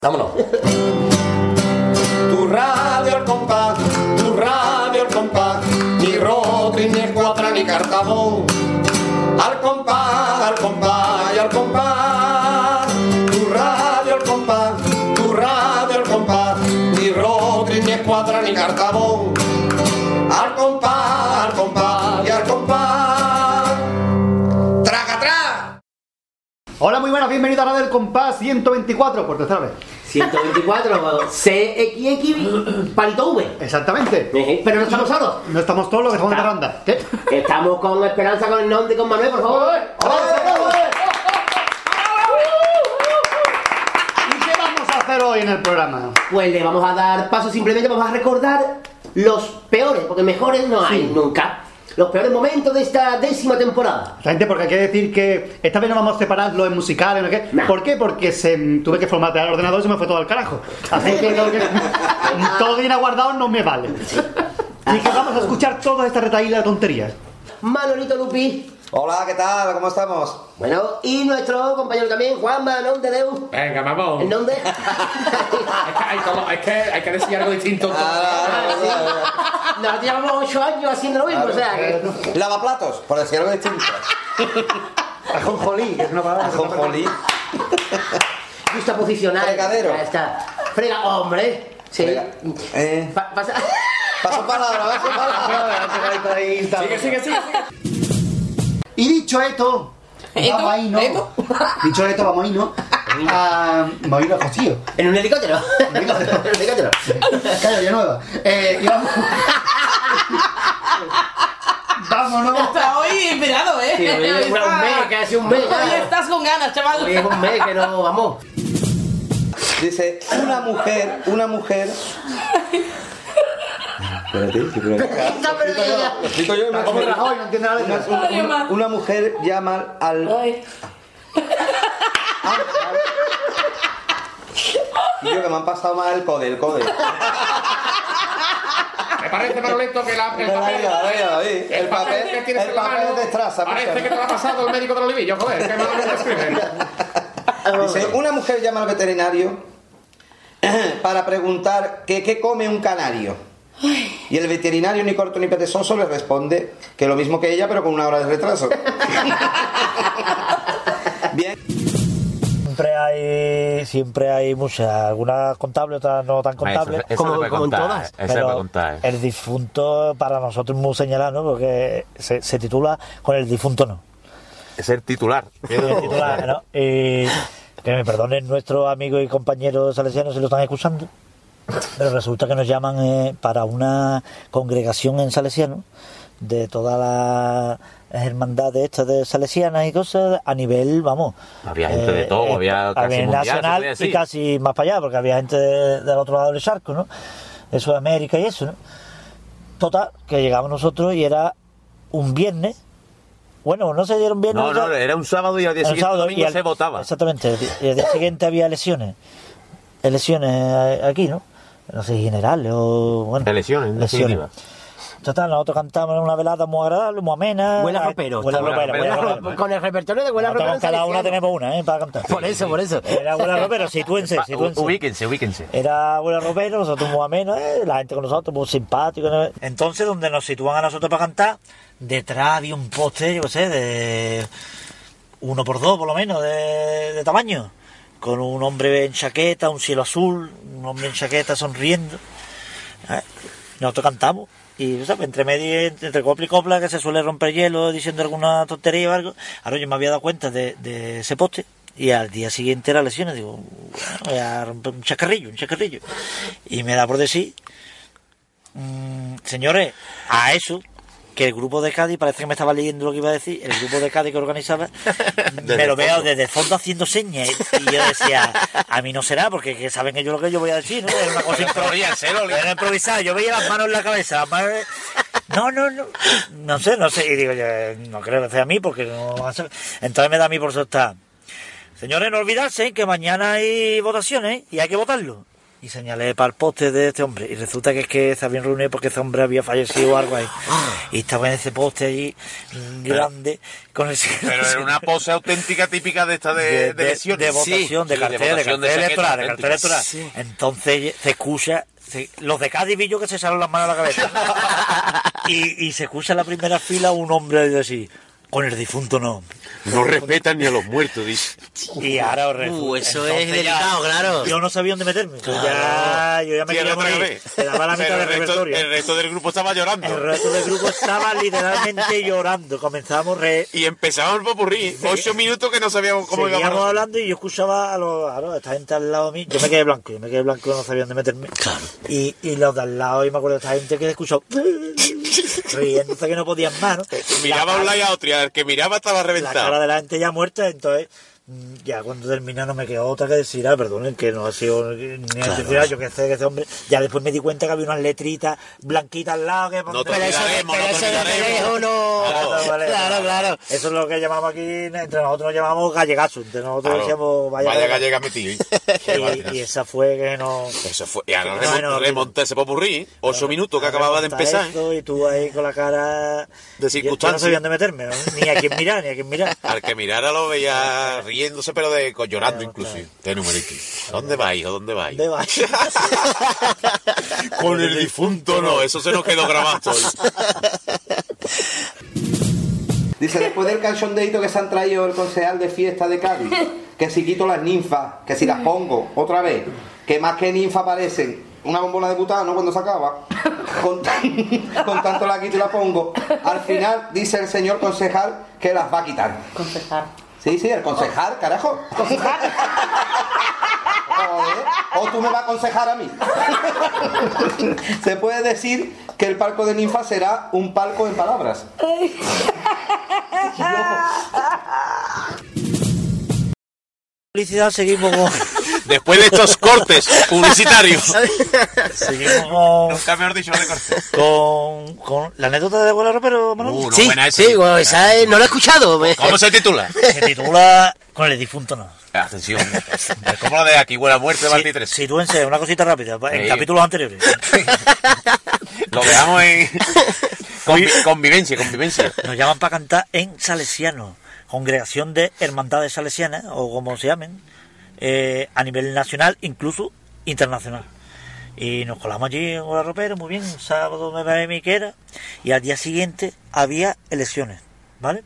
Vámonos. Tu radio al compás, ni Rotring, ni Escuadra, ni Cartabón. Al compás, al compás y al compás. Tu radio al compás, ni Rotring, ni Escuadra, ni Cartabón. Al compás y al compás. ¡Traga, traga! Hola, muy buenas, bienvenidos a la del compás 124, por tercera vez. 124, CXX, palito V. Exactamente. Pero no estamos solos. No estamos todos los que estamos de ronda. ¿Qué? Estamos con Esperanza, con el nombre y con Manuel, por favor. ¿Y qué vamos a hacer hoy en el programa? Pues le vamos a dar paso, simplemente vamos a recordar los peores, porque mejores no hay nunca. Los peores momentos de esta 10ª temporada. Gente, porque hay que decir que esta vez no vamos a separarlo en musicales, ¿no? ¿Qué? Nah. ¿Por qué? Porque tuve que formatear el ordenador y se me fue todo al carajo. Así que todo bien aguardado no me vale. Así que vamos a escuchar toda esta retaíla de tonterías. Manolito Lupi. Hola, ¿qué tal? ¿Cómo estamos? Bueno, y nuestro compañero también, Juanma, ¿nombre de Deus? Venga, vamos. ¿El nombre? hay que decir algo distinto. Nosotros llevamos 8 años haciendo lo mismo, o sea que... Lavaplatos, por decir algo distinto. Ajonjolí, que es una palabra. Ajonjolí. Justa posicionar. Fregadero. Ya está. Frega, hombre. Sí. Pasa... Paso palabra. Sigue. Y dicho esto, vamos ahí, ¿no? Dicho esto, vamos ahí, ¿no? Vamos a ir a Josío. ¿En un helicóptero? ¿En un helicóptero? Calle nueva. Y vamos... Vámonos. Hasta hoy esperado, Sí, hoy un mes, casi un mes. Hoy estás con ganas, chaval. Hoy es un mes que no vamos. Dice, una mujer. Espérate. Lo explico yo. Como Rajoy, no entiende la letra. Una mujer llama al... Ay. Y yo que me han pasado mal el code. Me parece, Manolito, que el papel El que tienes en la mano papel de traza. parece que te lo ha pasado el médico de los libillos, joder. ¿Qué malo me escribe? Dice, una mujer llama al veterinario para preguntar qué come un canario. Y el veterinario, ni corto ni perezoso, le responde que lo mismo que ella, pero con 1 hora de retraso. Bien. Siempre hay muchas, algunas contables, otras no tan contables. Eso como en todas. Pero el difunto para nosotros es muy señalado, ¿no? Porque se titula con el difunto no. Es el titular. El titular, ¿no? Que me perdonen nuestros amigos y compañeros salesianos si lo están escuchando, pero resulta que nos llaman para una congregación en salesiano de todas las hermandades estas de salesianas y cosas a nivel, vamos, Había gente de todo, había casi mundial, nacional se puede y casi más para allá, porque había gente del otro lado del charco, ¿no? De Sudamérica y eso, ¿no? Total, que llegamos nosotros y era un viernes. Bueno, no se dieron viernes. No, era un sábado y al día siguiente domingo se votaba. Exactamente, y al día siguiente había elecciones aquí, ¿no? No sé, generales o... bueno, Elecciones, en definitiva. Total, nosotros cantamos en una velada muy agradable, muy amena. Huele a ropero. Huele a ropero. Con el repertorio de huele a ropero. Cada una tenemos una, para cantar. Por eso. Era huele a ropero, sitúense. Ubíquense. Era huele a ropero, nosotros muy amenos, la gente con nosotros muy simpático, ¿no? Entonces, donde nos sitúan a nosotros para cantar, detrás había un poste, yo qué sé, de 1x2 por lo menos, de tamaño, con un hombre en chaqueta, un cielo azul, un hombre en chaqueta sonriendo. Nosotros cantamos. Y, ¿sabes? Entre medio, entre copla y copla, que se suele romper hielo diciendo alguna tontería o algo. Ahora yo me había dado cuenta de ese poste. Y al día siguiente las lesiones, digo, bueno, voy a romper un chacarrillo. Y me da por decir, señores, a eso, que el grupo de Cádiz, parece que me estaba leyendo lo que iba a decir, el grupo de Cádiz que organizaba, me lo veo desde el fondo haciendo señas. Y yo decía, a mí no será, porque que saben ellos lo que yo voy a decir, ¿no? Es una cosa era improvisada. Yo veía las manos en la cabeza, no sé. Y digo, yo no creo que sea a mí, porque no va a ser. Entonces me da a mí por soltar. Señores, no olvidarse que mañana hay votaciones y hay que votarlo. y señalé para el poste de este hombre. Y resulta que es que se habían reunido porque ese hombre había fallecido o algo ahí. Y estaba en ese poste allí, grande, con el... Pero era una pose auténtica típica de esta de lesiones. De votación, de cartel electoral. Sí. Entonces se escucha... los de Cádiz vi yo que se echaron las manos a la cabeza. y se escucha en la primera fila un hombre así, con el difunto no. No respetan ni a los muertos, dice. Y ahora eso es delicado, claro. Yo no sabía dónde meterme. Yo ya me quería morir. Se daba la mitad del repertorio. El resto del grupo estaba llorando. El resto del grupo estaba literalmente llorando. Comenzábamos y empezamos el popurrí. 8 minutos que no sabíamos cómo íbamos. Seguíamos hablando y yo escuchaba a esta gente al lado de mí. Yo me quedé blanco, no sabía dónde meterme. Claro. Y los de al lado, y me acuerdo de esta gente que escuchó riéndose que no podían más, ¿no? Miraba a un lado y a otro, y el que miraba estaba reventado. La cara de la gente ya muerta, entonces ya cuando terminé no me quedó otra que decir, perdonen, que no ha sido ni necesidad, yo que sé que ese hombre, ya después me di cuenta que había unas letritas blanquitas al lado que no te olvidaremos, claro. Eso es lo que llamamos aquí, entre nosotros nos llamamos gallegazo, entre nosotros decíamos vaya gallega metido. Y esa fue que no... Eso fue, y ahora remonté ese popurrí, 8 minutos que acababa de empezar. Y tú ahí con la cara de circunstancia. Yo no sabía dónde meterme, ¿no? ni a quién mirar. Al que mirara lo veía riéndose, pero llorando inclusive. De numerito. ¿Dónde va, hijo? ¿Dónde va? Con el difunto no, eso se nos quedó grabado hoy. Dice, después del cachondeito que se han traído el concejal de fiesta de Cádiz, que si quito las ninfas, que si las pongo otra vez, que más que ninfa parecen una bombona de butano cuando se acaba, con tanto la quito y la pongo, al final dice el señor concejal que las va a quitar. Concejal. Sí, el concejal, carajo. ¿Concejal? O tú me vas a aconsejar a mí. Se puede decir que el palco de ninfa será un palco en palabras. Publicidad, seguimos con... Después de estos cortes publicitarios. Seguimos con... Nunca mejor dicho de cortes. Con la anécdota de Abuelo Ropero, Manolo. Sí, bueno, esa no la he escuchado. ¿Cómo se titula? Se titula Con el difunto no. Atención. ¿Cómo lo de aquí? Buena muerte de 23. Sitúense, una cosita rápida, en capítulos anteriores. Lo dejamos en... Convivencia. Nos llaman para cantar en Salesiano, Congregación de Hermandades Salesianas, o como se llamen, a nivel nacional, incluso internacional. Y nos colamos allí en Abuelo Ropero, muy bien, un sábado me parece mi que era, y al día siguiente había elecciones, ¿vale?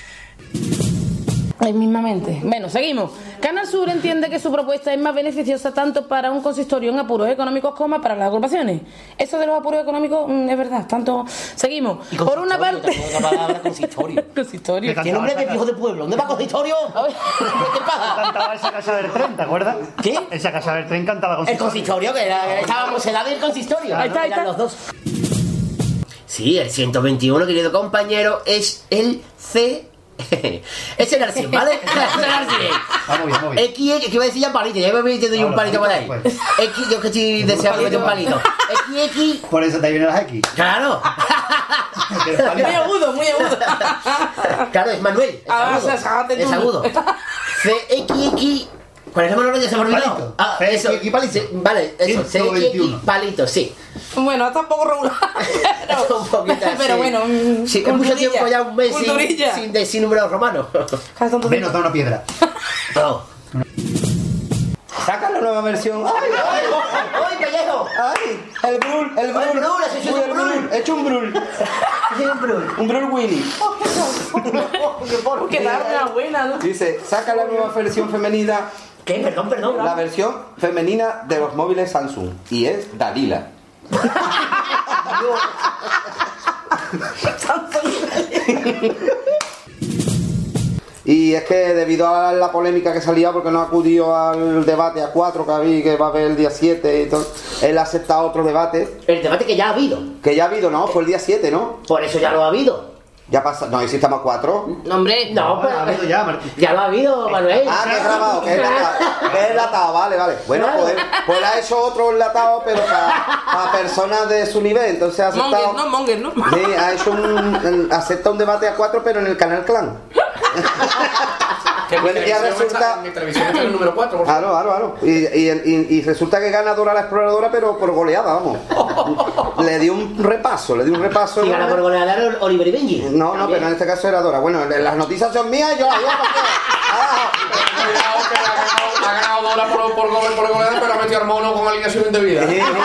Mismamente. Bueno, seguimos. Canal Sur entiende que su propuesta es más beneficiosa tanto para un consistorio en apuros económicos como para las agrupaciones. Eso de los apuros económicos es verdad. Tanto seguimos. Por una parte... La palabra consistorio. Consistorio. ¿Qué nombre de viejo de pueblo? ¿Dónde va consistorio? ¿Qué pasa? Cantaba esa casa del tren, ¿te acuerdas? ¿Qué? Esa casa del tren cantaba El consistorio, que estábamos en la del consistorio. Ahí está. Los dos. Sí, el 121, querido compañero, es el C... es el Arcien, ¿vale? Es el Arcien. Vamos bien. X, que iba a decir ya palito, ya me voy metiendo yo un palito por ahí. X, yo que estoy deseando meter un palito. X. Por eso te vienen las X. Claro. Muy agudo. Claro, es Manuel. Es agudo. CXX. ¿Cuál es el valor? Ya se me olvidó. CXX palito. Vale, eso. CXX palito, sí. Bueno, está un poco regular. Un poquito así. Pero bueno, sí, es mucho tiempo ya, un mes sin números romanos. Menos da una piedra. No. Saca la nueva versión. ¡Ay, pellejo! ¡Ay! El Brul. He hecho un Brul. Un Brul Willy. que da una buena, ¿no? Dice, saca la nueva versión femenina. ¿Qué? Perdón. La versión femenina de los móviles Samsung. Y es Dalila. Y es que debido a la polémica que salía porque no acudió al debate a 4 que va a haber el día 7 y todo, él ha aceptado otro debate. El debate que ya ha habido. ¿No? Fue el día 7, ¿no? Por eso ya lo ha habido. Ya pasa, no, ¿y si estamos a 4? No, hombre, no, pero... Ha habido ya, Martín. Ya lo ha habido, Manuel. Que es grabado, que es enlatado, vale. Bueno, pues ha hecho otro enlatado, pero para personas de su nivel, entonces ha aceptado... Monger, ¿no? Sí, ha hecho acepta un debate a 4, pero en el canal Clan. Que Bueno, ya resulta... mi televisión está en el número 4, por favor. Claro. Y resulta que gana Dora la Exploradora, pero por goleada, vamos. Le dio un repaso. Si gana por goleador Oliver y Benji. No, pero en este caso era Dora. Bueno, las noticias son mías y yo las digo Cuidado que ha ganado Dora por goleada, pero ha metido al mono con alineación indebida.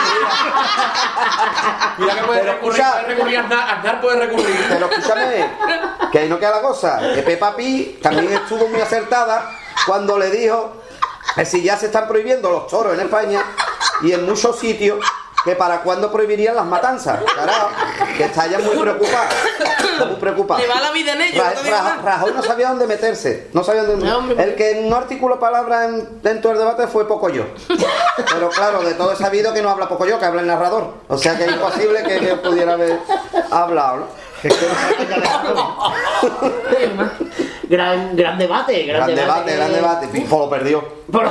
Mira que puede recurrir, Aznar puede recurrir. Pero escúchame, que ahí no queda la cosa. Que Peppa Pig también estuvo muy acertada cuando le dijo que si ya se están prohibiendo los toros en España y en muchos sitios, que para cuándo prohibirían las matanzas. Carajo, que está ya muy preocupada. Está muy preocupada. Le va la vida en ello. Rajoy no sabía dónde meterse. No sabía dónde. El que no articuló palabras dentro del debate fue Pocoyo. Pero claro, de todo es sabido que no habla Pocoyo, que habla el narrador. O sea que es imposible que pudiera haber hablado, ¿no? Gran debate. Gran debate. Pijo lo perdió.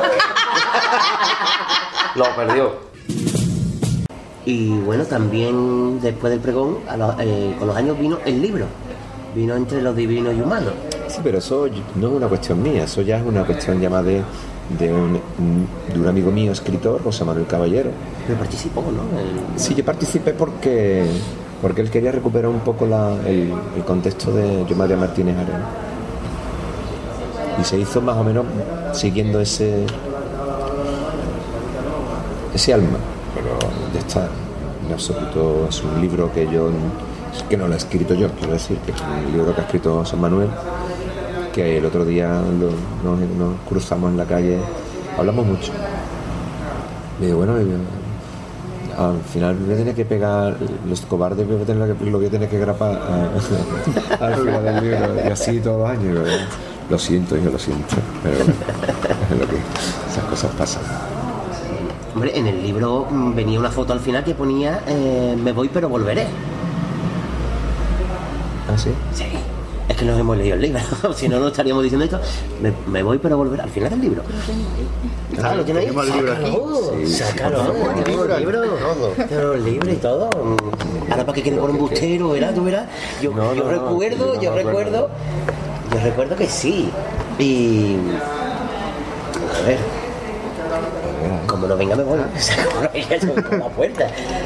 Lo perdió. Y bueno, también después del pregón, con los años vino el libro. Vino Entre los divinos y humanos. Sí, pero eso no es una cuestión mía, eso ya es una cuestión llamada de un amigo mío, escritor, José Manuel Caballero. Pero participó, ¿no? Sí, yo participé porque él quería recuperar un poco el contexto de Yo María Martínez Arena. Y se hizo más o menos siguiendo ese alma. Pero ya está, en absoluto es un libro que no lo he escrito yo, quiero decir, que es un libro que ha escrito José Manuel, que el otro día nos cruzamos en la calle, hablamos mucho. Y digo, bueno, al final me tiene que pegar, los cobardes lo voy a tener que grapar al final del libro, y así todos los años. Lo siento, hijo, lo siento, pero bueno, es lo que esas cosas pasan. Hombre, en el libro venía una foto al final que ponía me voy pero volveré. ¿Ah, sí? Sí. Es que nos hemos leído el libro. Si no, no estaríamos diciendo esto. Me voy pero volveré. Al final del libro. Claro, ¿lo tiene ahí? Tenemos el libro aquí. Sácalo. Tenemos el libro y todo. Ahora para que quede por un bustero, ¿verdad? ¿Tú verás? Yo recuerdo que sí. Y... A ver... Como no venga me voy. Como no venga yo por la puerta.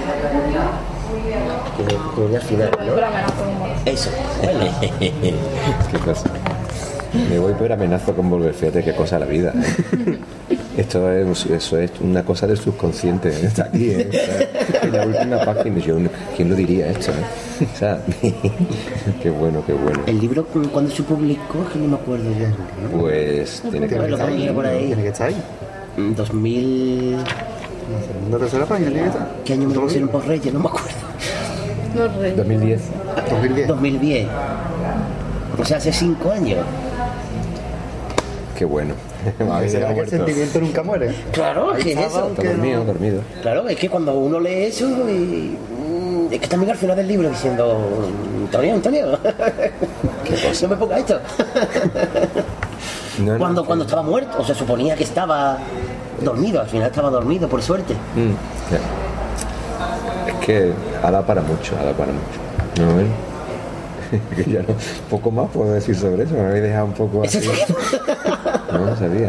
Que al final, ¿no? Eso. Bueno. Qué cosa. Me voy pero amenazo con volver. Fíjate qué cosa la vida, ¿eh? Eso es una cosa del subconsciente. Está aquí, ¿eh? En la última página. ¿Quién lo diría esto, eh? O sea, qué bueno. El libro, ¿cuándo se publicó? Que no me acuerdo ya. Pues tiene que estar ahí. Tiene que estar ahí. 2000... ¿No te suena página? ¿Qué año me pusieron por Reyes? No me acuerdo. 2010. 2010. O sea, hace 5 años. Qué bueno. ¿Será que el sentimiento nunca muere? Claro, ¿qué es eso? Está dormido. Claro, es que cuando uno lee eso y... Es que también al final del libro diciendo... Antonio. No me ponga esto. Cuando estaba muerto, o se suponía que estaba dormido, al final estaba dormido, por suerte. Es que ha dado para mucho. ¿No? Que ya poco más puedo decir sobre eso, me habéis dejado un poco así. No lo sabía,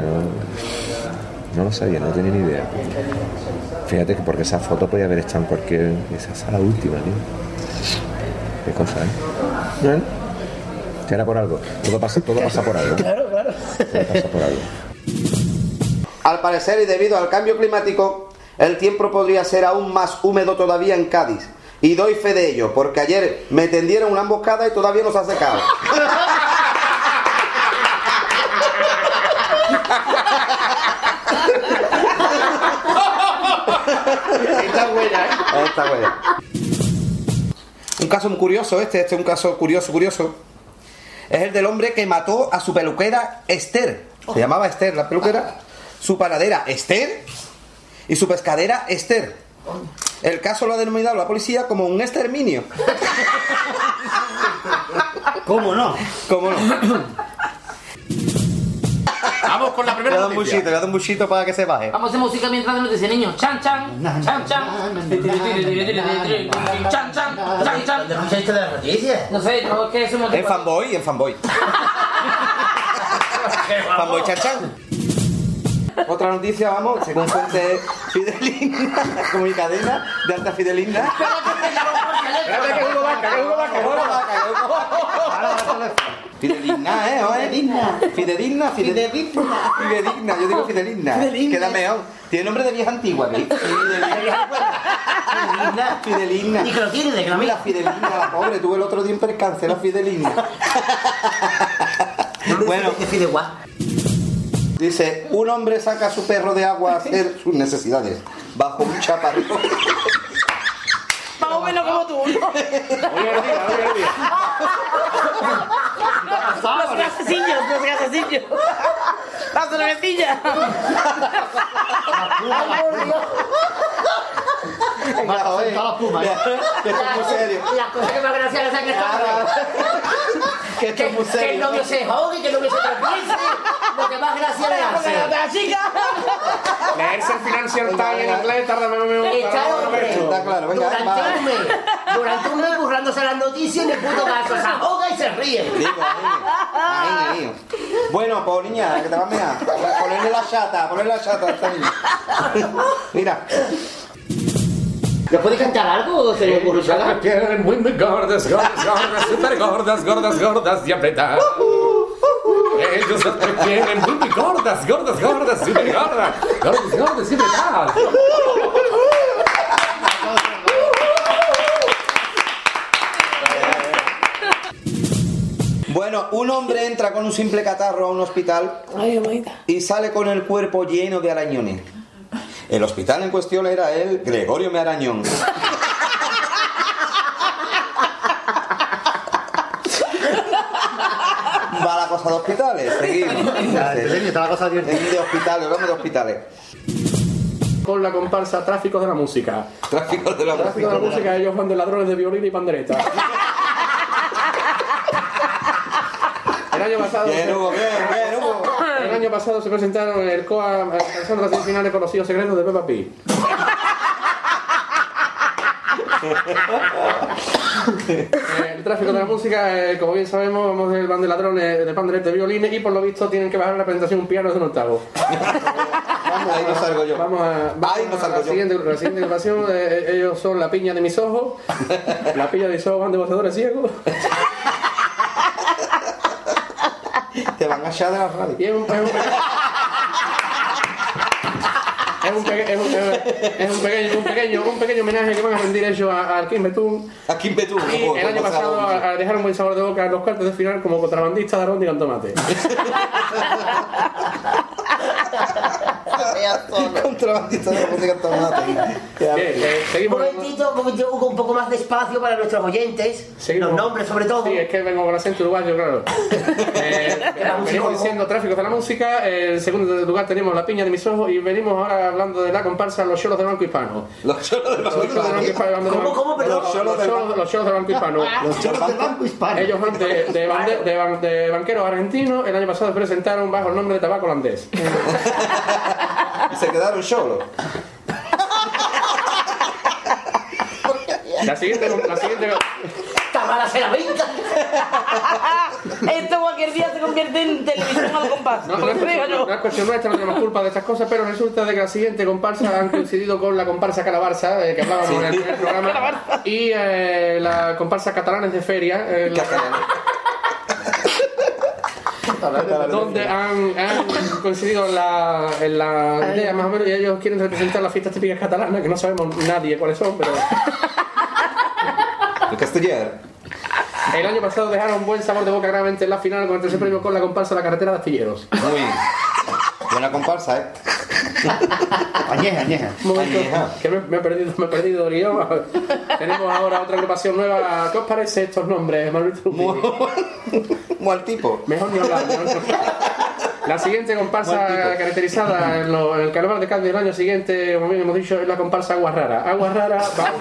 no tenía ni idea. Fíjate que porque esa foto podía haber estado en cualquier... Esa es la última, tío. Qué cosa, ¿eh? Que era por algo. Todo pasa por algo. Claro. Todo pasa por algo. Al parecer, y debido al cambio climático, el tiempo podría ser aún más húmedo todavía en Cádiz. Y doy fe de ello, porque ayer me tendieron una emboscada y todavía no se ha secado. Está buena, ¿eh? Está buena. Un caso muy curioso este es un caso curioso. Es el del hombre que mató a su peluquera Esther. Se llamaba Esther la peluquera. Su panadera Esther y su pescadera Esther. El caso lo ha denominado la policía como un exterminio. ¿Cómo no? Vamos con la primera noticia. Le da un buchito para que se baje. Vamos a hacer música mientras nos dice niño. Chan, chan. Chan, chan. Chan, chan. Chan, chan. ¿Dónde escuchaste de las noticias? No sé, no es que somos... En fanboy. Fanboy Chachán. Otra noticia, vamos, según fuente fideligna, como mi cadena de alta fideligna. Espérate que Hugo Vaca. Fideligna, Fidedigna. Fidedigna, yo digo fideligna. Queda mejor. Tiene nombre de vieja antigua, ¿veis? Fideligna. Y que lo tiene de que La fideligna, la pobre, tuve el otro día en percance, la fideligna. Bueno, dice, un hombre saca a su perro de agua a hacer sus necesidades bajo un chaparrón. Más o menos como tú, ¿no? Hoy es el día. Los gasecillos. La cervecilla. Venga, oye, que esto es muy serio. Las cosas que más graciosas son que Que esto es muy que el serio. novio se jogue, que el novio se tropiece. Lo que más gracia le hace. La chica. Leerse el Financial Times en inglés tarda menos. Está claro, venga, durante un mes burlándose las noticias y en el puto caso se ahoga y se ríe. Digo, ahí, niño. Bueno, pues niña, que te vas a mear. Ponerle la chata a esta niña. Mira. ¿Nos puede cantar algo, señor Burruchaga? Quieren muy gordas, súper gordas y apretadas. Ellos te quieren muy gordas, súper gordas y apretadas. Bueno, un hombre entra con un simple catarro a un hospital y sale con el cuerpo lleno de arañones. El hospital en cuestión era el Gregorio Mearañón. Va la cosa de hospitales, seguimos. Está la cosa divertida. De hospitales, hablamos de hospitales. Con la comparsa Tráficos de la Música. Tráficos de la Música, ellos van de ladrones de violín y pandereta. El año pasado... Bien, Hugo. El año pasado se presentaron en el COA alcanzando las semifinales con los hijos secretos de Peppa Pig. El tráfico de la música, como bien sabemos, vamos del band de ladrones de pandereta de violines y por lo visto tienen que bajar la presentación un piano de un octavo. Vamos, ahí no salgo yo. Vamos a la siguiente agrupación. Ellos son La Piña de Mis Ojos. La Piña de Mis Ojos van de voceadores ciegos. Te van a echar de la radio. Y es un pequeño homenaje que van a rendir ellos a Kim Betún. A Kim Betún. Y el año pasado dejaron un buen sabor de boca en los cuartos de final como contrabandista de arroz con tomate. Contrabandista de arroz con tomate. Seguimos. Un momentito, Hugo, un poco más de espacio para nuestros oyentes. Seguimos. Los nombres, sobre todo. Sí, es que vengo con acento uruguayo, claro. Venimos diciendo Tráficos de la Música. En segundo lugar tenemos La Piña de Mis Ojos. Y venimos ahora hablando de la comparsa Los Cholos del Banco Hispano. Los cholos del Banco Hispano. ¿Cómo, perdón? Los Cholos del Banco Hispano. Los cholos del Banco Hispano. Ellos van de banqueros argentinos. El año pasado se presentaron bajo el nombre de Tabaco Holandés. Y se quedaron cholos. La siguiente. ¡Está mala se la venta! Esto cualquier día se convierte en televisión al compás. No es cuestión nuestra, no tenemos culpa de estas cosas, pero resulta de que la siguiente comparsa han coincidido con la comparsa Calabarza, que hablábamos en el primer programa, y la comparsa Catalanes de Feria, donde han coincidido en la idea más o menos, y ellos quieren representar las fiestas típicas catalanas, que no sabemos nadie cuáles son, pero... El castellano. El año pasado dejaron un buen sabor de boca claramente en la final con el tercer premio con la comparsa La Carretera de Astilleros. Muy bien. Buena comparsa, ¿eh? Añeja. Un momento, que me he perdido el guión. Tenemos ahora otra agrupación nueva. ¿Qué os parece estos nombres, Manuel Trujillo? Muy al tipo. Mejor ni hablar. La siguiente comparsa caracterizada en el carnaval de Cádiz del año siguiente, como bien hemos dicho, es la comparsa Agua Rara. Agua Rara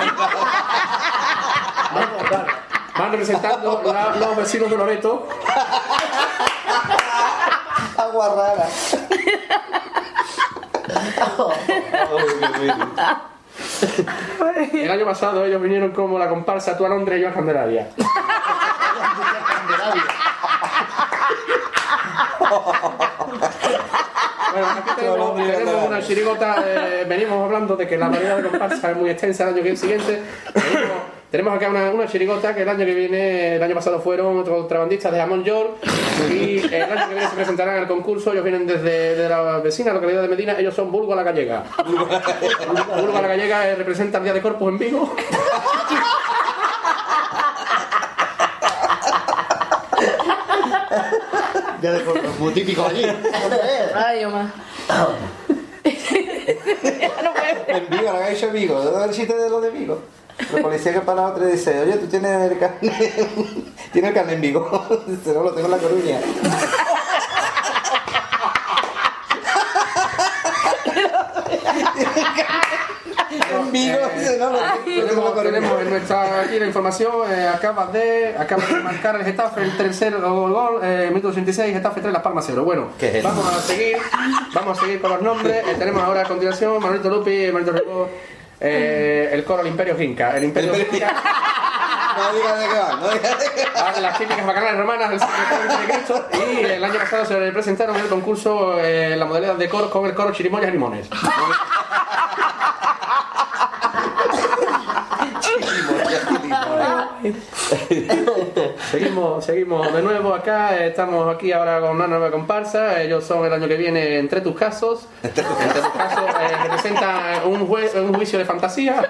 van representando los vecinos de Loreto. Agua Rara. El año pasado ellos vinieron como la comparsa Tú a Londres y yo a Candelaria. Bueno, aquí tenemos una chirigota. Venimos hablando de que la variedad de comparsa es muy extensa el año siguiente. Tenemos acá una chirigota que el año que viene, el año pasado fueron contrabandistas de Amon York y el año que viene se presentarán al concurso. Ellos vienen desde la vecina localidad de Medina. Ellos son Vulgo a la Gallega. Vulgo a la Gallega representa el Día de Corpus en Vigo. Ya de muy típico allí. Ay, Omar. En Vigo, ahora que ha dicho Vigo, ¿de dónde el chiste de lo de Vigo? La policía que para otro y dice, oye, tú tienes el carnet, ¿tienes el carnet en Vigo? Dice, no, lo tengo en La Coruña. En Vigo, dice, no, lo tengo en La Tenemos en nuestra aquí la información. Acaba de marcar el Getafe el tercer gol, minuto 86, Getafe 3, Las Palmas 0. Bueno, vamos a seguir con los nombres. Tenemos ahora a continuación Manolito Lupi, Manolito Rico, el coro, el Imperio Ginca. El Imperio Ginca. No digas de qué va, no digas de qué va. Las típicas bacanales romanas del siglo de Cristo. Y el año pasado se presentaron en el concurso la modalidad de coro con el coro Chirimoyas y Limones. Seguimos de nuevo acá. Estamos aquí ahora con una nueva comparsa. Ellos son el año que viene Entre tus casos. Entre tus casos representan un juicio de fantasía.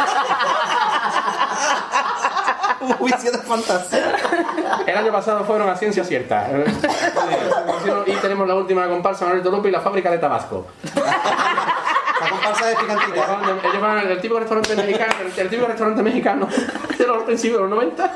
Un juicio de fantasía. El año pasado fueron a Ciencia Cierta. Y tenemos la última comparsa, Manolito Lupi y la fábrica de Tabasco. La comparsa de picantita. Ellos van el típico restaurante mexicano, el típico restaurante mexicano de los principios de los 90.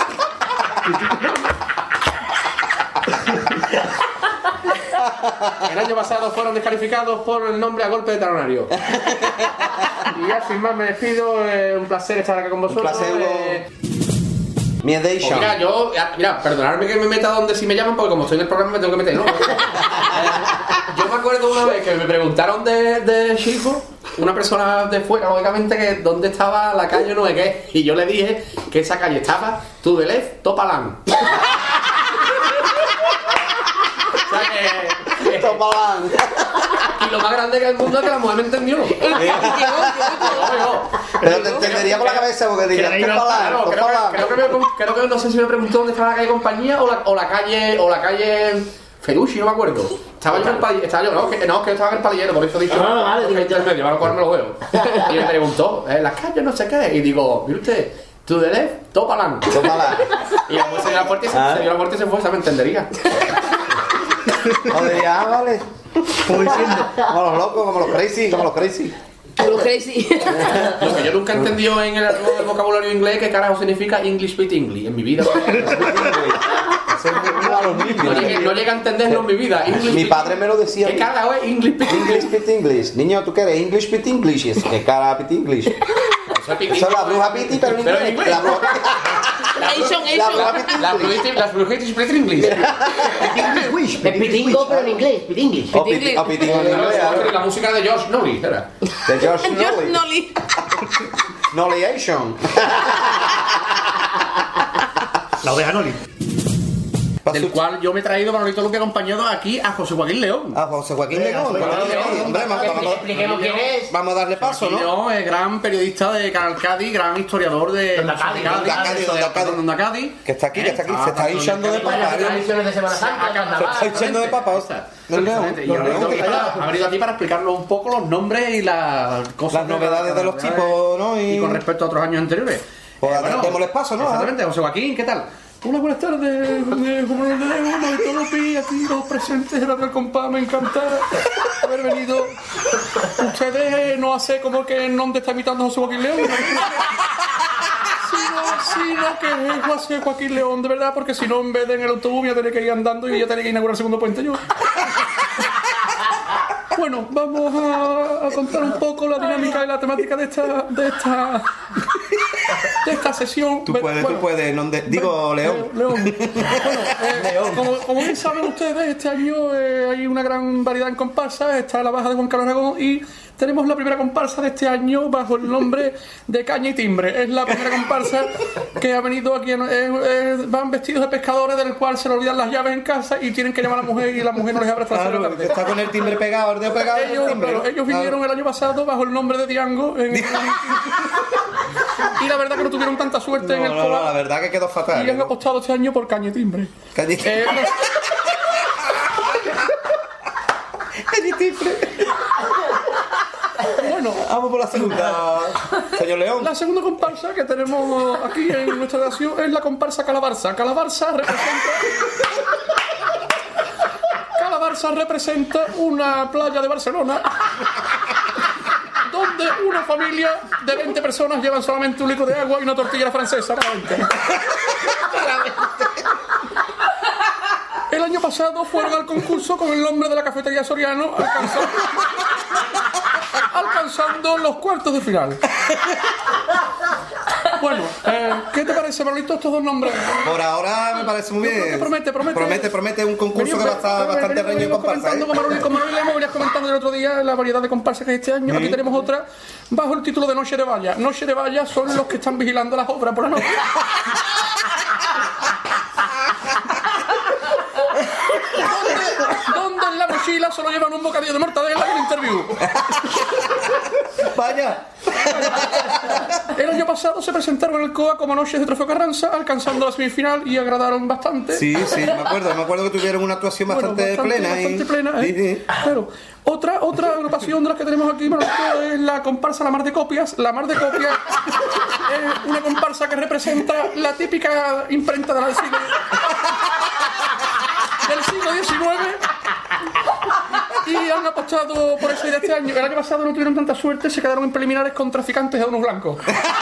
El año pasado fueron descalificados por el nombre a golpe de talonario. Y ya sin más me despido. Un placer estar acá con vosotros. Un placer, mi edition. Mira, perdonadme que me meta donde si me llaman, porque como estoy en el programa me tengo que meter, ¿no? Yo me acuerdo una vez que me preguntaron de Chico, una persona de fuera, lógicamente, que dónde estaba la calle no sé qué, y yo le dije que esa calle estaba Tudelev Topalán. O sea que Topalán. Y lo más grande que el mundo es que la mujer me entendió. Pero te entendería por la cabeza porque diría Topalán. Creo que no sé si me preguntó dónde estaba la calle Compañía o la calle Feducci, no me acuerdo. Estaba yo en el palillero. No, que yo estaba en el palillero, por eso he dicho. Vale, digo, medio, van a cogerme los huevos. Y me preguntó, las calles no sé qué. Y digo, mire usted, Tudelev Topalán. Y la música de la puerta y se dio la puerta y se fue, esa me entendería. O diría, vale. Como diciendo, como los locos, como los crazy. Los crazy. Lo que yo nunca he entendido en el vocabulario inglés, ¿qué carajo significa English Speak English? En mi vida. No llega a entenderlo en mi vida. Mi padre me lo decía. ¿Qué carajo es English Speak English? English Speak English. Niño, ¿tú qué eres? English Speak English. ¿Qué cara Speak English? Eso es la bruja Piti, pero en inglés. La bruja Piti. Las brujitas Speak English. Es pitingo, pero en inglés. Pitinglish. O pitingo en inglés. La música de George Nolly, era. De George Nolly. Nollyation. La oveja Noli. Del cual yo me he traído Manolito Luque acompañado aquí a José Joaquín León. A José Joaquín León. Hombre, Expliquemos quién es. vamos a darle paso, ¿no? León es gran periodista de Canal Cádiz, gran historiador de Onda Cádiz. Que está aquí, se está hinchando de papa. Las tradiciones de Semana Santa. Se está hinchando de papa. Del León. Y ha venido aquí para explicarnos un poco los nombres y las cosas. Las novedades de los tipos, ¿no? Y con respecto a otros años anteriores. Pues démosle paso, ¿no? Exactamente, José Joaquín, ¿qué tal? Hola, buenas tardes, Manolito Lupi, aquí los presentes de Radio El Compás, me encanta haber venido. Ustedes no hacen como que en dónde está imitando a José Joaquín León, sino que es José Joaquín León, de verdad, porque si no, en vez de en el autobús, voy a tener que ir andando y ya tener que inaugurar el segundo puente yo. Bueno, vamos a contar un poco la dinámica y la temática de esta de esta sesión. Tú puedes, digo León. León. Bueno, como bien saben ustedes, este año hay una gran variedad en comparsas. Está la baja de Juan Carlos Aragón y tenemos la primera comparsa de este año bajo el nombre de Caña y Timbre. Es la primera comparsa que ha venido aquí. Van vestidos de pescadores, del cual se le olvidan las llaves en casa y tienen que llamar a la mujer y la mujer no les abre hasta la tarde. Está con el timbre pegado, el dedo pegado. Ellos vinieron el año pasado bajo el nombre de Diango. Y la verdad que no tuvieron tanta suerte en el colar. No, la verdad que quedó fatal. Y han apostado este año por Caña y Timbre. Caña y Timbre. Bueno, vamos por la segunda, señor León. La segunda comparsa que tenemos aquí en nuestra nación es la comparsa Calabarza. Calabarza representa una playa de Barcelona donde una familia de 20 personas llevan solamente un litro de agua y una tortilla francesa. El año pasado fueron al concurso con el nombre de la cafetería Soriano, alcanzando los cuartos de final. Bueno, ¿qué te parece, Manolito, estos dos nombres? Por ahora me parece muy bien. Promete un concurso que va a estar bastante reñido en comparsa. Como no le hemos comentado el otro día la variedad de comparsas que hay este año, aquí tenemos otra bajo el título de Noche de Valla. Noche de Valla son los que están vigilando las obras por la noche. donde en la mochila solo llevan un bocadillo de mortadela y el interview. Vaya. El año pasado se presentaron en el COA como Noches de Trofeo Carranza, alcanzando la semifinal y agradaron bastante. Sí, me acuerdo que tuvieron una actuación bastante plena. Bastante plena, ¿eh? Sí. Claro. Otra agrupación de las que tenemos aquí, es la comparsa La Mar de Copias. La Mar de Copias es una comparsa que representa la típica imprenta del siglo XIX. Y han apostado por esa idea este año. El año pasado no tuvieron tanta suerte, se quedaron en preliminares con Traficantes de Unos Blancos.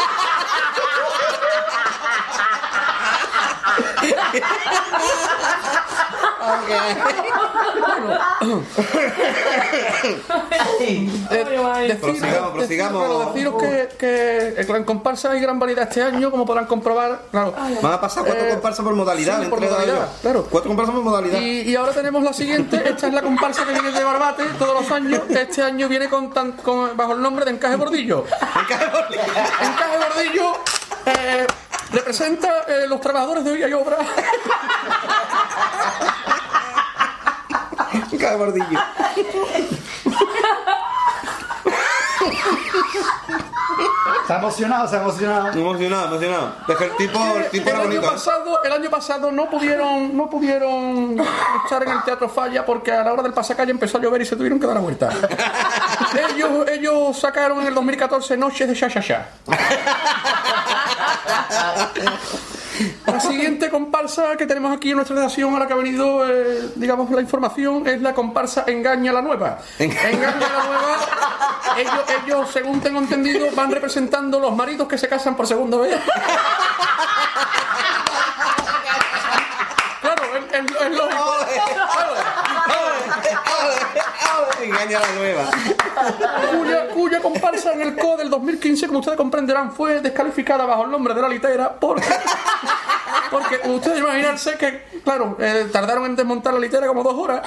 Prosigamos. Deciros que en comparsa hay gran variedad este año, como podrán comprobar. Claro. Van a pasar 4 comparsas por modalidad. Sí, por modalidad, claro. 4 comparsas por modalidad. Y ahora tenemos la siguiente. Esta es la comparsa que viene de Barbate todos los años. Este año viene bajo el nombre de Encaje Bordillo. Encaje Bordillo representa los trabajadores de Villa y Obra. Encaje Bordillo. Se ha emocionado. Es que el tipo era bonito. El año pasado no pudieron estar en el Teatro Falla porque a la hora del pasacalle empezó a llover y se tuvieron que dar la vuelta. Ellos sacaron en el 2014 Noches de Xa. La siguiente comparsa que tenemos aquí en nuestra redacción, ahora que ha venido, digamos, la información, es la comparsa Engaña la Nueva. Engaña la Nueva, ellos, según tengo entendido, van representando los maridos que se casan por segunda vez. Claro, es lógico. Engaña la Nueva. Cuya comparsa en el COA del 2015, como ustedes comprenderán, fue descalificada bajo el nombre de La Litera porque ustedes imaginarse que, claro, tardaron en desmontar la litera como 2 horas.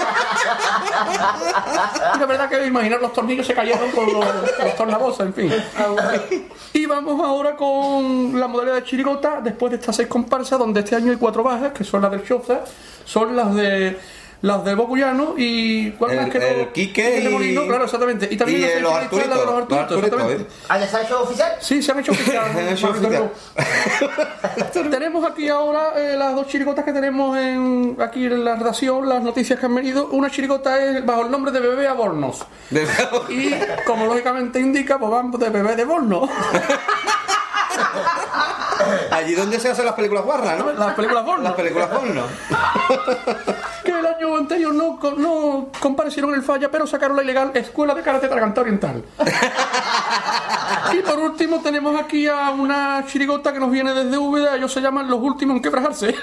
Y la verdad que imaginar los tornillos se cayeron con los tornabosas, en fin. Y vamos ahora con la modalidad de chirigota, después de estas 6 comparsas, donde este año hay 4 bajas, que son las del Choza, son las de Bocuyano y ¿cuál más que el Quique y Molino, claro, exactamente. Y también los Arturitos, exactamente. ¿Se han hecho oficial? Sí, se han hecho oficial. Tenemos aquí ahora las 2 chirigotas que tenemos aquí en la redacción, las noticias que han venido. Una chirigota es bajo el nombre de Bebé a Bornos. Y como lógicamente indica, pues vamos de Bebé de Bornos. Allí donde se hacen las películas guarras, ¿no? Las películas porno. Las películas porno. Que el año anterior no comparecieron en el Falla, pero sacaron la ilegal Escuela de Karate Traganta Oriental. Y por último tenemos aquí a una chirigota que nos viene desde Úbeda. Ellos se llaman Los Últimos en Quebrajarse.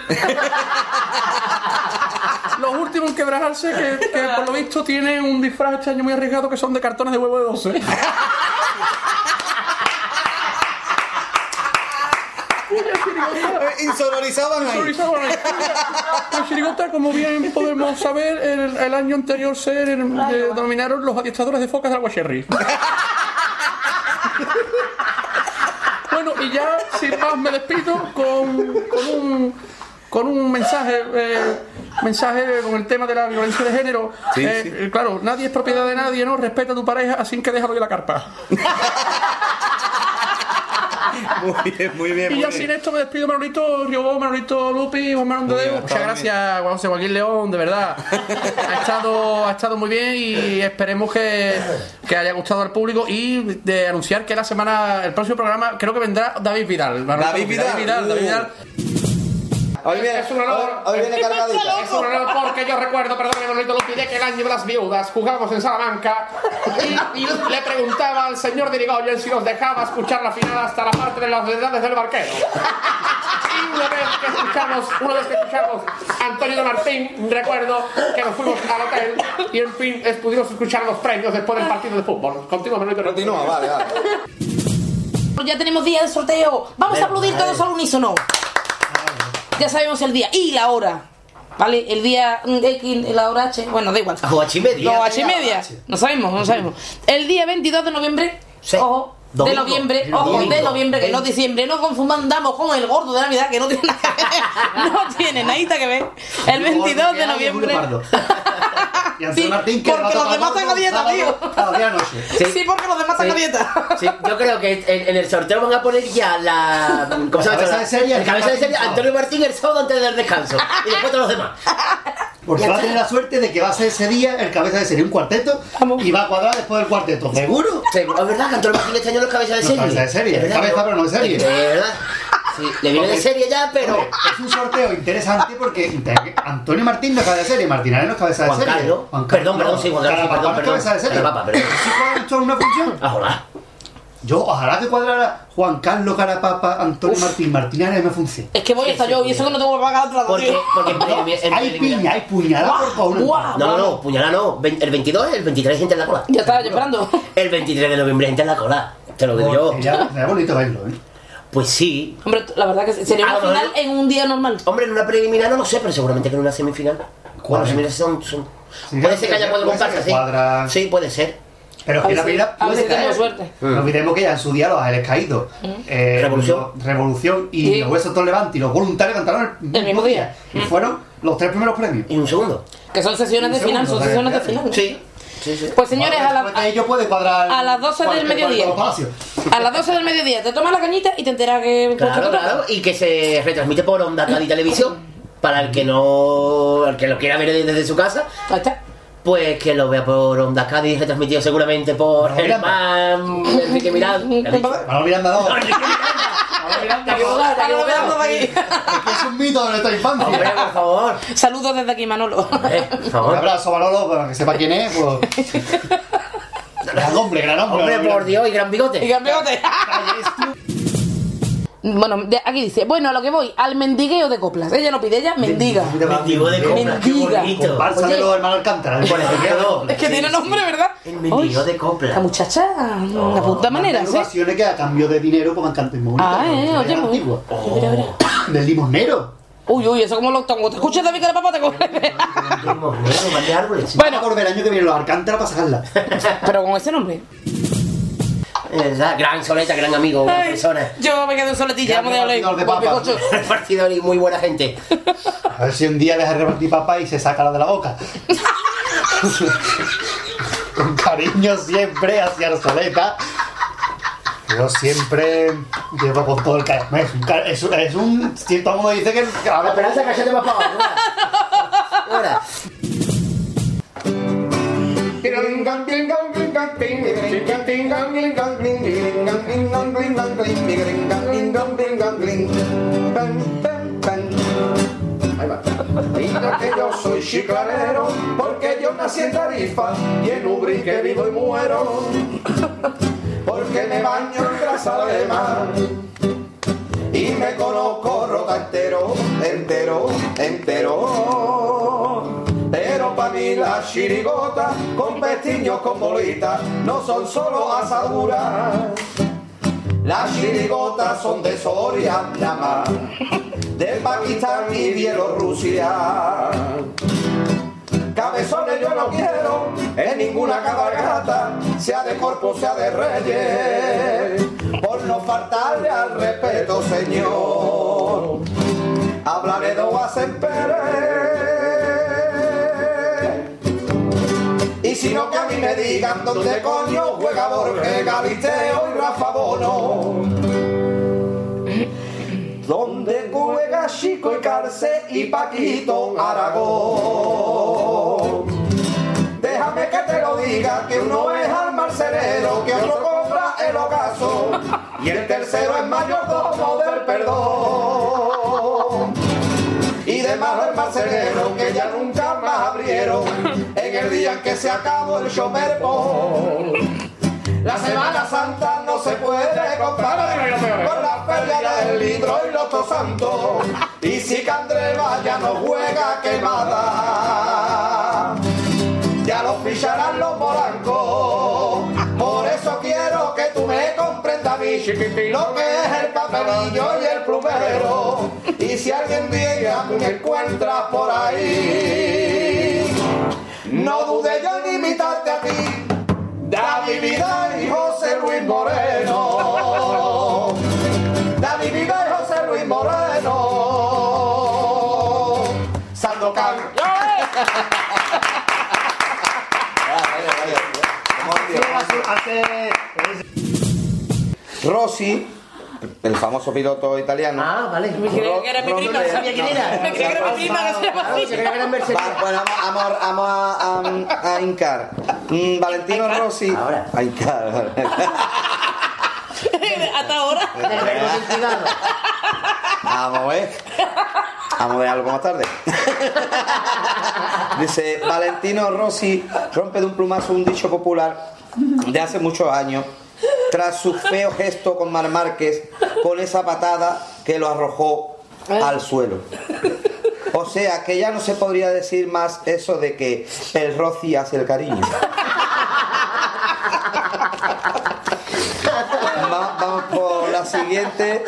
Los Últimos en Quebrajarse, que por lo visto tienen un disfraz este año muy arriesgado, que son de cartones de huevo de 12. Insonorizaban ahí. La chirigota, como bien podemos saber, el año anterior se denominaron los adiestradores de focas del agua cherry. Bueno, y ya sin más me despido con un mensaje con el tema de la violencia de género. Sí. Claro, nadie es propiedad de nadie, ¿no? Respeta a tu pareja, así que déjalo de la carpa. Muy bien. Y ya sin esto me despido, Manolito Riobó, Manolito Lupi, Juan Manuel de Deu. Muchas gracias, José Joaquín León, de verdad. Ha estado muy bien y esperemos que haya gustado al público, y de anunciar que el próximo programa creo que vendrá David Vidal. David Vidal. Hoy viene cargadita. Es un honor porque yo recuerdo, perdón, Manolito Lupi, de que el año de las viudas jugábamos en Salamanca y le preguntaba al señor de Irigoyen si nos dejaba escuchar la final hasta la parte de las edades del barquero. Y una vez que escuchamos a Antonio de Martín, recuerdo que nos fuimos al hotel y en fin pudimos escuchar los premios después del partido de fútbol. Continúa, vale. Ya tenemos día de sorteo. Vamos a aplaudir todos al unísono. Ya sabemos el día y la hora. ¿Vale? El día X, la hora H. Bueno, da igual. O H&media. No, H&media. No sabemos. El día 22 de noviembre. Sí. Ojo. Domingo. De noviembre, que no es diciembre. No confundamos con el gordo de Navidad, que no tiene nada que ver. No tiene nada que ver. El 22 de noviembre. Y Antonio Martín, que porque los demás están a dieta, tío. Cada día noche. Sí, porque los demás están a dieta. Sí, yo creo que en el sorteo van a poner ya ¿cómo se llama? Cabeza de serie, El cabeza de serie, Antonio Martín el sábado antes del descanso. Y después todos los demás. Porque va a tener la suerte de que va a ser ese día el cabeza de serie un cuarteto y va a cuadrar después del cuarteto. ¿Seguro? Seguro, es verdad que Antonio Martín este año no es cabeza de serie. Cabeza de serie, es cabeza pero no de serie. Es verdad. Sí, le viene de serie ya, pero... Es un sorteo interesante porque Antonio Martín no es cabeza de serie, Martín Ares no es cabeza de Juan serie. Carlos. Perdón, sí, Juan Carlos, Carapapa no es cabeza de serie. Carapapa, perdón. ¿Sí puede hecho una función? Ojalá. Yo, ojalá que cuadrara Juan Carlos Carapapa, Antonio Martín, Martín Ares me funcione. Es que voy hasta yo y eso que no tengo que pagar otra Porque Hay piña, hay puñalada por favor. No, puñalada no. El 22, el 23 gente en la cola. Ya estaba yo esperando. El 23 de noviembre gente en la cola. Te lo digo yo. Sería bonito verlo, ¿eh? Pues sí. Hombre, la verdad que sería una final en un día normal. Hombre, en una preliminar no lo sé, pero seguramente que en una semifinal. Bueno, semifinales son... Puede ser que haya cuatro comparsas, sí. Sí, puede ser. Pero es que la primera puede caer. Suerte. No olvidemos que ya en su día los Ángeles Caídos, Revolución y los Huesos Todo Levante y los Voluntarios cantaron el mismo día. Y fueron los 3 primeros premios. Y un segundo. Que son sesiones de final, Sí. Pues señores, ello puede cuadrar a las 12 del mediodía. A las 12 del mediodía te tomas la cañita y te enteras que... Claro. Y que se retransmite por Onda Cádiz Televisión. Para el que lo quiera ver desde su casa. Ahí está. Pues que lo vea por Onda Cádiz, retransmitido seguramente por Germán, Enrique Miranda. Manolo Miranda 2. Es que es un mito de nuestra infancia. Hombre, por favor. Saludos desde aquí, Manolo. Por favor. Un abrazo, Manolo, para que sepa quién es. Pues... gran hombre. Hombre, por Dios, y gran bigote. Bueno, aquí dice, bueno, a lo que voy, al mendigueo de coplas. Ella no pide, ella mendiga. Mendigo de coplas, qué bonito. Comparsa de los hermanos Alcántara. Es que tiene nombre, ¿verdad? El mendigo de coplas. La muchacha, una puta manera, ¿sí? Ocasiones que a cambio de dinero pues canten muy bonito. Oye, antiguo. Mira. Del limosnero. Uy, eso como lo tengo. ¿Te escuchas David Carapapa? Te coge. Bueno, por el año que viene los Alcántara para sacarla. Pero con ese nombre. Gran soleta, gran amigo, buena persona. Yo me quedo en soletilla, vamos a hablar de papas. Repartidor y muy buena gente. A ver si un día deja de repartir papas y se saca la de la boca. Con cariño siempre hacia Arsoleta. Yo siempre llevo con todo el cariño. Es un... Si todo el mundo dice que... La esperanza que se te va para abajo. Ahora. Mira que yo soy chiclanero, porque yo nací en Tarifa y en Ubrique vivo y muero, porque me baño en grasa de mar y me conozco rota entero. Pero para mí las chirigotas con pestiños con bolitas no son solo asaduras. Las chirigotas son de Soria, Myanmar, de Pakistán y Bielorrusia. Cabezones yo no quiero en ninguna cabalgata, sea de Corpus, sea de Reyes, por no faltarle al respeto, señor. Hablaré de Oasen Pérez. Y si no, que a mí me digan dónde coño juega Borges, Galisteo y Rafa Bono. Donde juega Chico y Carce y Paquito Aragón. Déjame que te lo diga, que uno es al marcelero, que otro cobra el ocaso y el tercero es mayordomo del perdón. Y de más el marcelero, que ya nunca más abrieron en el día en que se acabó el Choperpón. La Semana Santa no se puede comparar con la feria del Lidro y los Tosantos. Y si Candreva ya no juega quemada, ya lo ficharán los morancos. Por eso quiero que tú me comprendas a mí lo que es el papelillo y el plumero. Y si alguien día me encuentras por ahí, no dude yo en imitarte a ti, David Vidal y José Luis Moreno. David Vidal y José Luis Moreno. Sandokan. Rossi, el famoso piloto italiano. Ah, vale. Me creía que era mi prima, sabía quién era. Me creía que era mi prima, que se llama así. Bueno, vamos a hincar. Valentino Rossi. Ahora. A hincar. Hasta ahora. Vamos a ver. Vamos a ver algo más tarde. Dice, Valentino Rossi rompe de un plumazo un dicho popular de hace muchos años, tras su feo gesto con Mar Márquez, con esa patada que lo arrojó al suelo. O sea, que ya no se podría decir más eso de que el Rossi hace el cariño. Vamos por la siguiente.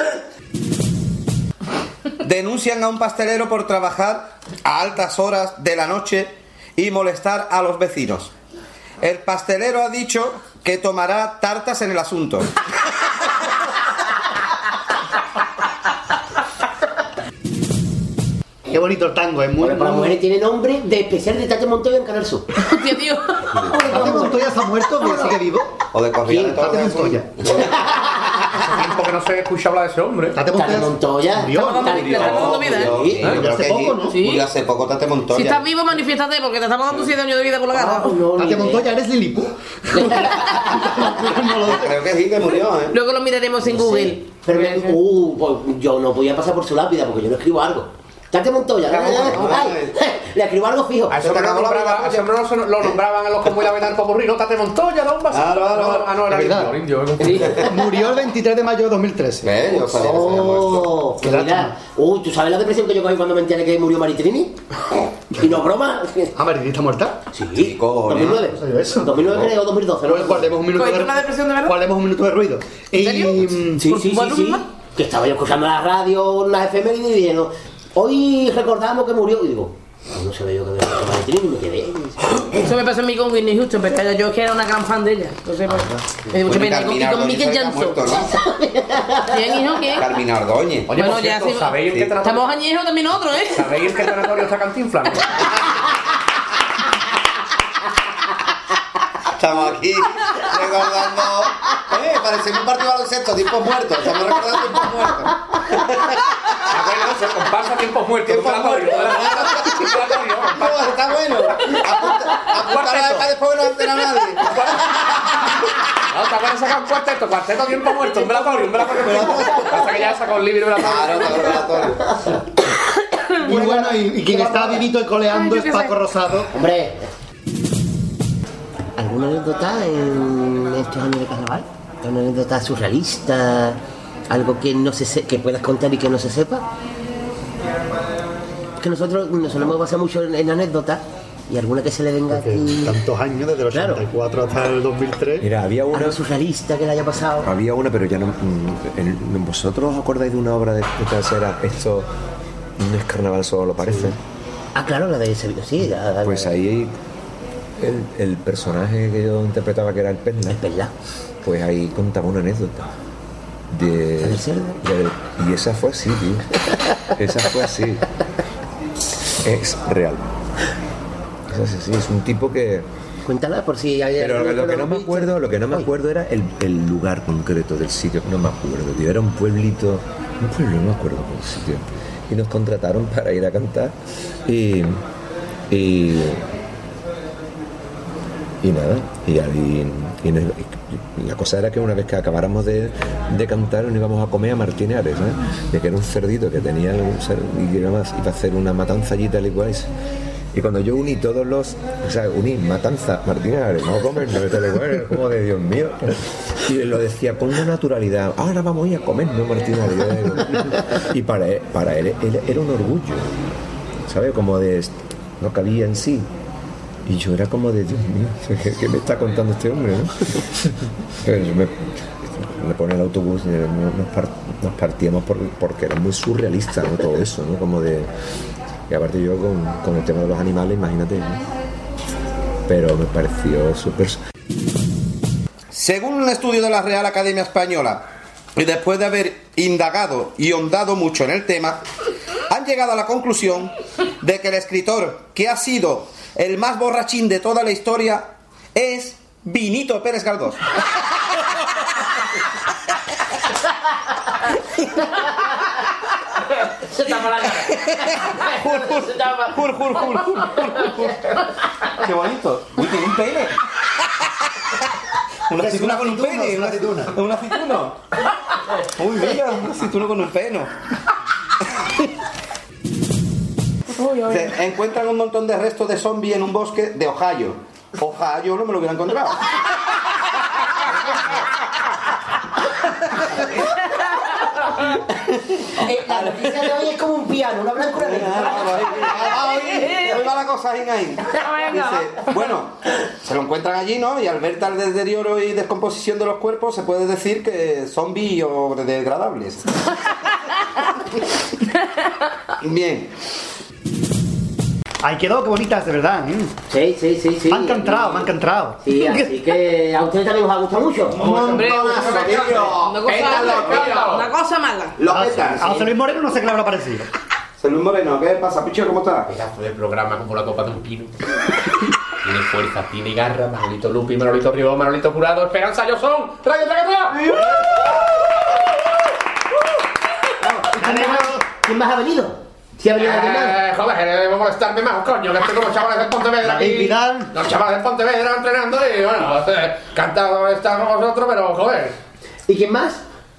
Denuncian a un pastelero por trabajar a altas horas de la noche y molestar a los vecinos. El pastelero ha dicho que tomará tartas en el asunto. Qué bonito el tango, es muy... Bueno, para las mujeres tiene nombre de especial de Tate Montoya en Canal Sur. Hostia, tío. ¿Tate Montoya está muerto? ¿Que sigue vivo? O de corrida de Tate toros. Montoya. Hace tiempo que no se escucha hablar de ese hombre. Tate Tate Montoya Montoya. murió. Le estamos dando vida, ¿eh? Sí, yo creo hace que poco, ¿no? Sí. Murió hace poco Tate Montoya. Si estás vivo, manifiéstate, porque te estamos dando 7 años de vida con la garra. Tate Montoya, ¿eres Lilipu? Creo que sí, que murió, ¿eh? Luego lo miraremos en Google. Pero pues yo no podía pasar por su lápida porque yo no escribo algo. Tate Montoya, ay, le escribo algo fijo. A ese hombre lo nombraban en los como y la vena del popurrí, no Tate Montoya, no un vaso. Ah, no, era ¿Verdad? indio. Murió el 23 de mayo de 2013. ¿Qué? Yo sabía que se había muerto. Qué mira. ¿Tú sabes la depresión que yo cogí cuando me enteré que murió Maritrini? Y no es broma. ¿Ah, Maritini está muerta? Sí, cojones. 2009. No sabía eso. 2009 creo, 2012, ¿no? Pues guardemos un minuto ¿Cogiste una depresión de verdad? Guardemos un minuto de ruido. ¿En serio? Sí. Que estaba yo escuchando la radio, las efemérides y diciendo, hoy recordamos que murió. Y digo, no sabía yo que había muerto Maritrini y me quedé. Eso me pasó a mí con Whitney Houston, pero yo es que era una gran fan de ella. Entonces, me dio mucha pena. Y con Mikel Jansson. ¿Quién, hijo? ¿Quién? Carmina Ordóñez. Oye, Bueno, por ya cierto, sí. ¿sabéis en qué Estamos tanatorio? añejos también nosotros, ¿eh? ¿Sabéis en qué tanatorio está Cantinflas? Estamos aquí recordando. Parecemos un partido de baloncesto, tiempos muertos. Estamos recordando tiempos muertos. Se comparsa tiempos muertos. Tiempos muertos. No, está bueno. Apunta para después que no entera nadie. No, está bueno sacar un cuarteto tiempo muerto, un velatorio. Hasta que ya ha sacado un libro de Claro, velatorio. Y bueno, y quien está vivito y coleando es Paco Rosado. Hombre, ¿alguna anécdota en estos años de carnaval? ¿Una anécdota surrealista? ¿Algo que no que puedas contar y que no se sepa? Es que nosotros nos solemos basar mucho en anécdotas Y alguna que se le venga aquí. Tantos años, desde el 84 hasta el 2003. Mira, había una. Algo surrealista que le haya pasado. Había una, pero ya no. ¿Vosotros os acordáis de una obra de trasera? Esto no es carnaval, solo parece. Ah, claro, la de Sevilla, sí. Pues ahí el personaje que yo interpretaba, que era el Perla. El Perla. Pues ahí contaba una anécdota. ¿Del cerdo? Y esa fue así, tío. Esa fue así. Es real. Es así, es un tipo que. Cuéntala por si hay. Pero lo que no me acuerdo era el lugar concreto del sitio. No me acuerdo, tío. Era un pueblito. No me acuerdo del sitio. Y nos contrataron para ir a cantar. Y nada. Y la cosa era que una vez que acabáramos de cantar, nos íbamos a comer a Martinares, ¿sabes? De que era un cerdito que tenía y iba a hacer una matanza allí tal y cual. Y cuando yo uní todos los, uní matanza, Martinares, vamos a comernos, tal y cual, como de Dios mío. Y lo decía con una naturalidad, ahora vamos a ir a comernos, Martinares. Y para él era un orgullo, ¿sabes? Como de, no cabía en sí. Y yo era como de, Dios mío, ¿qué me está contando este hombre, no? Me pone el autobús y nos partíamos porque era muy surrealista, ¿no? Todo eso, ¿no? Como de... Y aparte yo con el tema de los animales, imagínate, ¿no? Pero me pareció súper... Según un estudio de la Real Academia Española, y después de haber indagado y hondado mucho en el tema, han llegado a la conclusión de que el escritor que ha sido el más borrachín de toda la historia es Vinito Pérez Galdós. Se tapa la cara. Qué bonito. Uy, tiene un pene. Una aceituna con un pene. ¿Un aceituno? Uy, mira, un aceituno con un pene. Se encuentran un montón de restos de zombies en un bosque de Ohio. Ohio no me lo hubiera encontrado. La noticia de hoy es como un piano, una blancura de Hoy va la cosa ahí. Dice, bueno, se lo encuentran allí, ¿no? Y al ver tal deterioro y descomposición de los cuerpos, se puede decir que son biodegradables. Bien. Ahí quedó, qué bonitas, de verdad, ¿eh? Sí. Me han encantado. Sí, así que a ustedes también os ha gustado mucho. Hombre, una cosa mala. A José Luis Moreno no sé qué le habrá parecido. José Luis Moreno, ¿qué pasa, Picho? ¿Cómo estás? Pedazo de programa como la copa de un pino. Tiene fuerza, tiene garra. Manolito Lupi, Manolito Ribó, Manolito Jurado, Esperanza Llosón, Radio Tragatá. ¿Quién más ha venido? ¿Sí ha venido alguien más? Joder, vamos a molestarme más, coño, que estoy con los chavales del Pontevedra aquí. Los chavales del Pontevedra entrenando y bueno, cantado está con vosotros, pero joder. ¿Y quién más?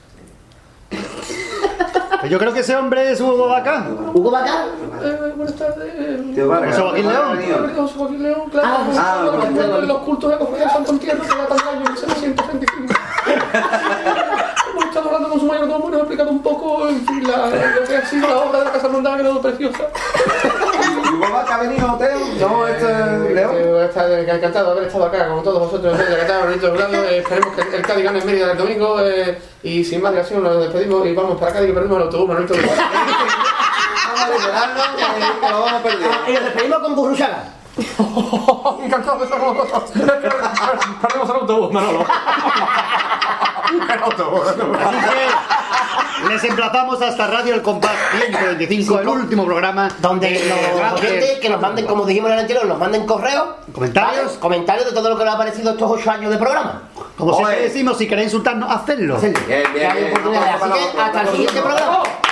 Yo creo que ese hombre es Hugo Bacán. ¿Hugo Bacán? Buenas tardes. Tío Vargas. José Joaquín León. José Joaquín León, claro. Los cultos de cofradía de Santo Entierro, que ya tan años, 1725. Hemos estado hablando con su mayordomo y nos ha explicado un poco, en fin, lo que ha sido la obra de la Casa Mondada, que ha quedado preciosa. ¿Y vos vas a venir a hotel? No, León. Encantado de haber estado acá, como todos vosotros. Esperemos que el Cádiz gane en Mérida el domingo. Y sin más dilación nos despedimos y vamos para Cádiz, que perdemos el autobús, Manolito. Vamos a regalarlo, que lo vamos a perder. Y nos despedimos con Burruchaga. Encantado de estar con vosotros. Perdemos el autobús, Manolo. El autobús. Así que les emplazamos hasta Radio El Compás 125, el último programa Donde los oyentes que nos manden, como dijimos en el anterior, nos manden correos, comentarios de todo lo que les ha parecido estos 8 años de programa. Como siempre decimos, si queréis insultarnos, hacedlo. Bien, Que hay oportunidades. Así que hasta el siguiente programa.